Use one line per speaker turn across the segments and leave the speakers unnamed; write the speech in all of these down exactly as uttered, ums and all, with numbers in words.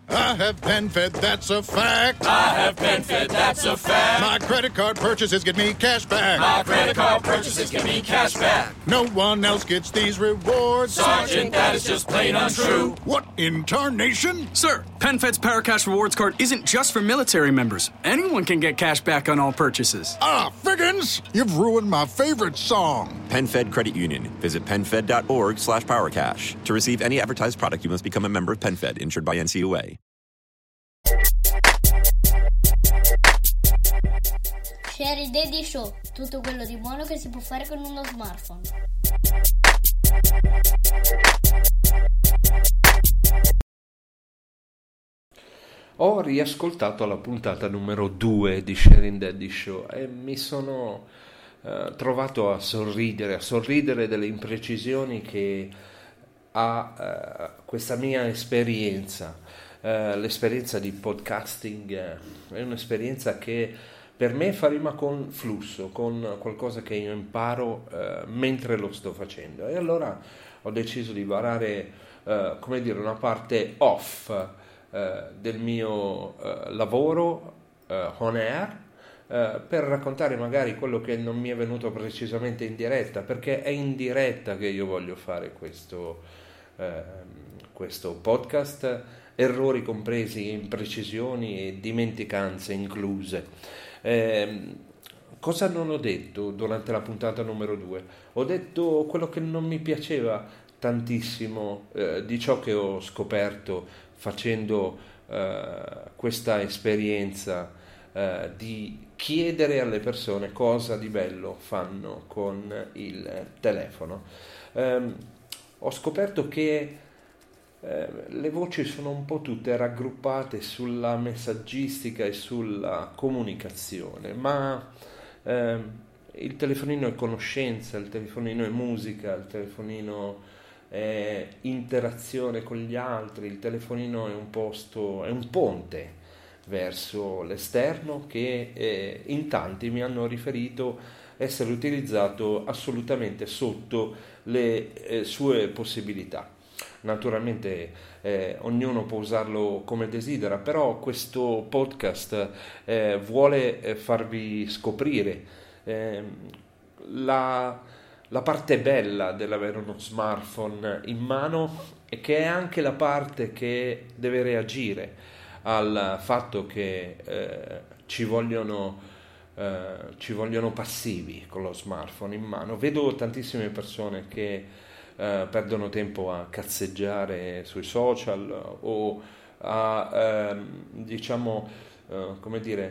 I have PenFed, that's a fact.
I have PenFed, that's a fact.
My credit card purchases get me cash back.
My credit card purchases get me cash back.
No one else gets these rewards.
Sergeant, that is just plain untrue.
What in tarnation?
Sir, PenFed's Paracash Rewards Card isn't just for military members. Anyone can get cash back on all purchases.
Ah, Figgins, you've ruined my favorite song.
PenFed Credit Union. Visit PenFed.org slash PowerCash. To receive any advertised product, you must become a member of PenFed, insured by N C U A.
Sherry Daddy Show, tutto quello di buono che si può fare con uno smartphone.
Ho riascoltato la puntata numero due di Sharing Daddy Show e mi sono eh, trovato a sorridere, a sorridere delle imprecisioni che ha eh, questa mia esperienza. Eh, l'esperienza di podcasting eh, è un'esperienza che per me fa rima con flusso, con qualcosa che io imparo eh, mentre lo sto facendo. E allora ho deciso di varare, eh, come dire, una parte off eh, del mio eh, lavoro eh, on air, eh, per raccontare magari quello che non mi è venuto precisamente in diretta, perché è in diretta che io voglio fare questo, eh, questo podcast, errori compresi, imprecisioni e dimenticanze incluse. Eh, cosa non ho detto durante la puntata numero due? Ho detto quello che non mi piaceva tantissimo eh, di ciò che ho scoperto facendo eh, questa esperienza eh, di chiedere alle persone cosa di bello fanno con il telefono. Eh, ho scoperto che Eh, le voci sono un po' tutte raggruppate sulla messaggistica e sulla comunicazione, ma eh, il telefonino è conoscenza, il telefonino è musica, il telefonino è interazione con gli altri, il telefonino è un posto, è un ponte verso l'esterno che eh, in tanti mi hanno riferito essere utilizzato assolutamente sotto le eh, sue possibilità. Naturalmente eh, ognuno può usarlo come desidera, però questo podcast eh, vuole eh, farvi scoprire eh, la, la parte bella dell'avere uno smartphone in mano e che è anche la parte che deve reagire al fatto che eh, ci vogliono eh, ci vogliono passivi con lo smartphone in mano. Vedo tantissime persone che Uh, perdono tempo a cazzeggiare sui social o a uh, diciamo uh, come dire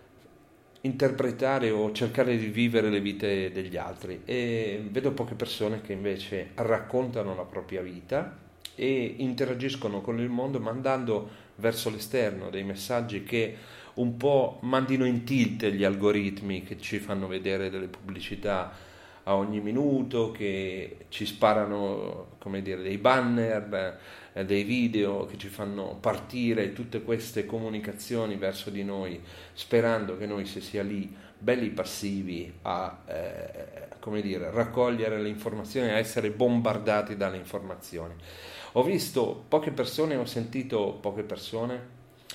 interpretare o cercare di vivere le vite degli altri, e vedo poche persone che invece raccontano la propria vita e interagiscono con il mondo mandando verso l'esterno dei messaggi che un po' mandino in tilt gli algoritmi che ci fanno vedere delle pubblicità a ogni minuto, che ci sparano, come dire, dei banner, eh, dei video che ci fanno partire tutte queste comunicazioni verso di noi, sperando che noi si sia lì belli passivi a eh, come dire, raccogliere le informazioni, a essere bombardati dalle informazioni. Ho visto poche persone, ho sentito poche persone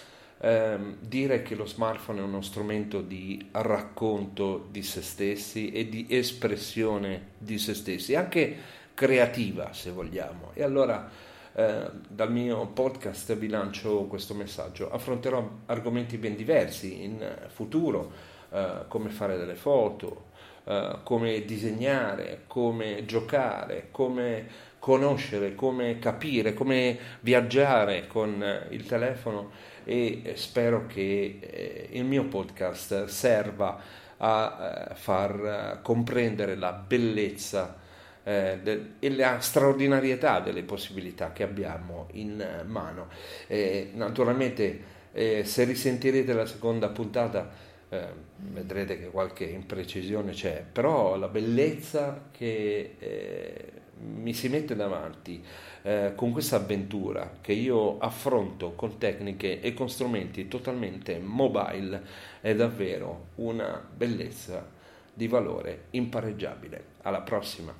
Ehm, dire che lo smartphone è uno strumento di racconto di se stessi e di espressione di se stessi, anche creativa se vogliamo. E allora eh, dal mio podcast vi lancio questo messaggio. Affronterò argomenti ben diversi in futuro, eh, come fare delle foto, eh, come disegnare, come giocare, come conoscere, come capire, come viaggiare con il telefono, e spero che eh, il mio podcast serva a eh, far eh, comprendere la bellezza eh, de- e la straordinarietà delle possibilità che abbiamo in eh, mano. Eh, naturalmente eh, se risentirete la seconda puntata eh, vedrete che qualche imprecisione c'è, però la bellezza che eh, mi si mette davanti eh, con questa avventura che io affronto con tecniche e con strumenti totalmente mobile è davvero una bellezza di valore impareggiabile. Alla prossima.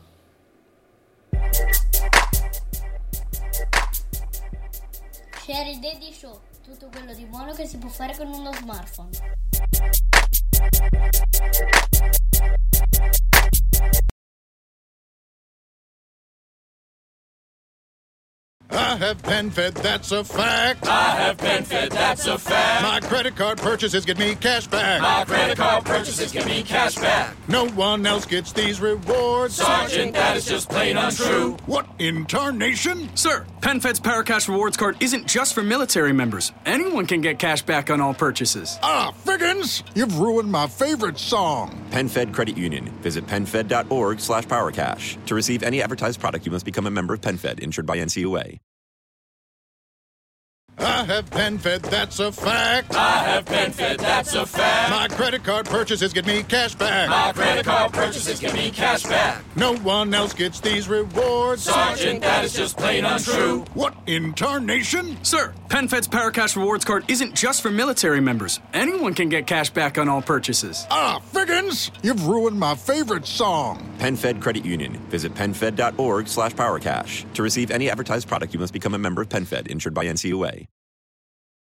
Sherry Daddy Show. Tutto quello di buono che si può fare con uno smartphone.
I have PenFed, that's a fact.
I have PenFed, that's a fact.
My credit card purchases get me cash back.
My credit card purchases give me cash back.
No one else gets these rewards.
Sergeant, that is just plain untrue.
What in tarnation?
Sir, PenFed's Paracash Rewards Card isn't just for military members. Anyone can get cash back on all purchases.
Ah, Figgins, you've ruined my favorite song.
PenFed Credit Union. Visit PenFed.org slash PowerCash. To receive any advertised product, you must become a member of PenFed, insured by N C U A.
I have PenFed, that's a fact.
I have PenFed, that's a fact.
My credit card purchases get me cash back.
My credit card purchases give me cash back.
No one else gets these rewards.
Sergeant, that is just plain untrue.
What in tarnation?
Sir, PenFed's Paracash Rewards Card isn't just for military members. Anyone can get cash back on all purchases.
Ah, Figgins, you've ruined my favorite song.
PenFed Credit Union. Visit PenFed.org slash PowerCash. To receive any advertised product, you must become a member of PenFed, insured by N C U A.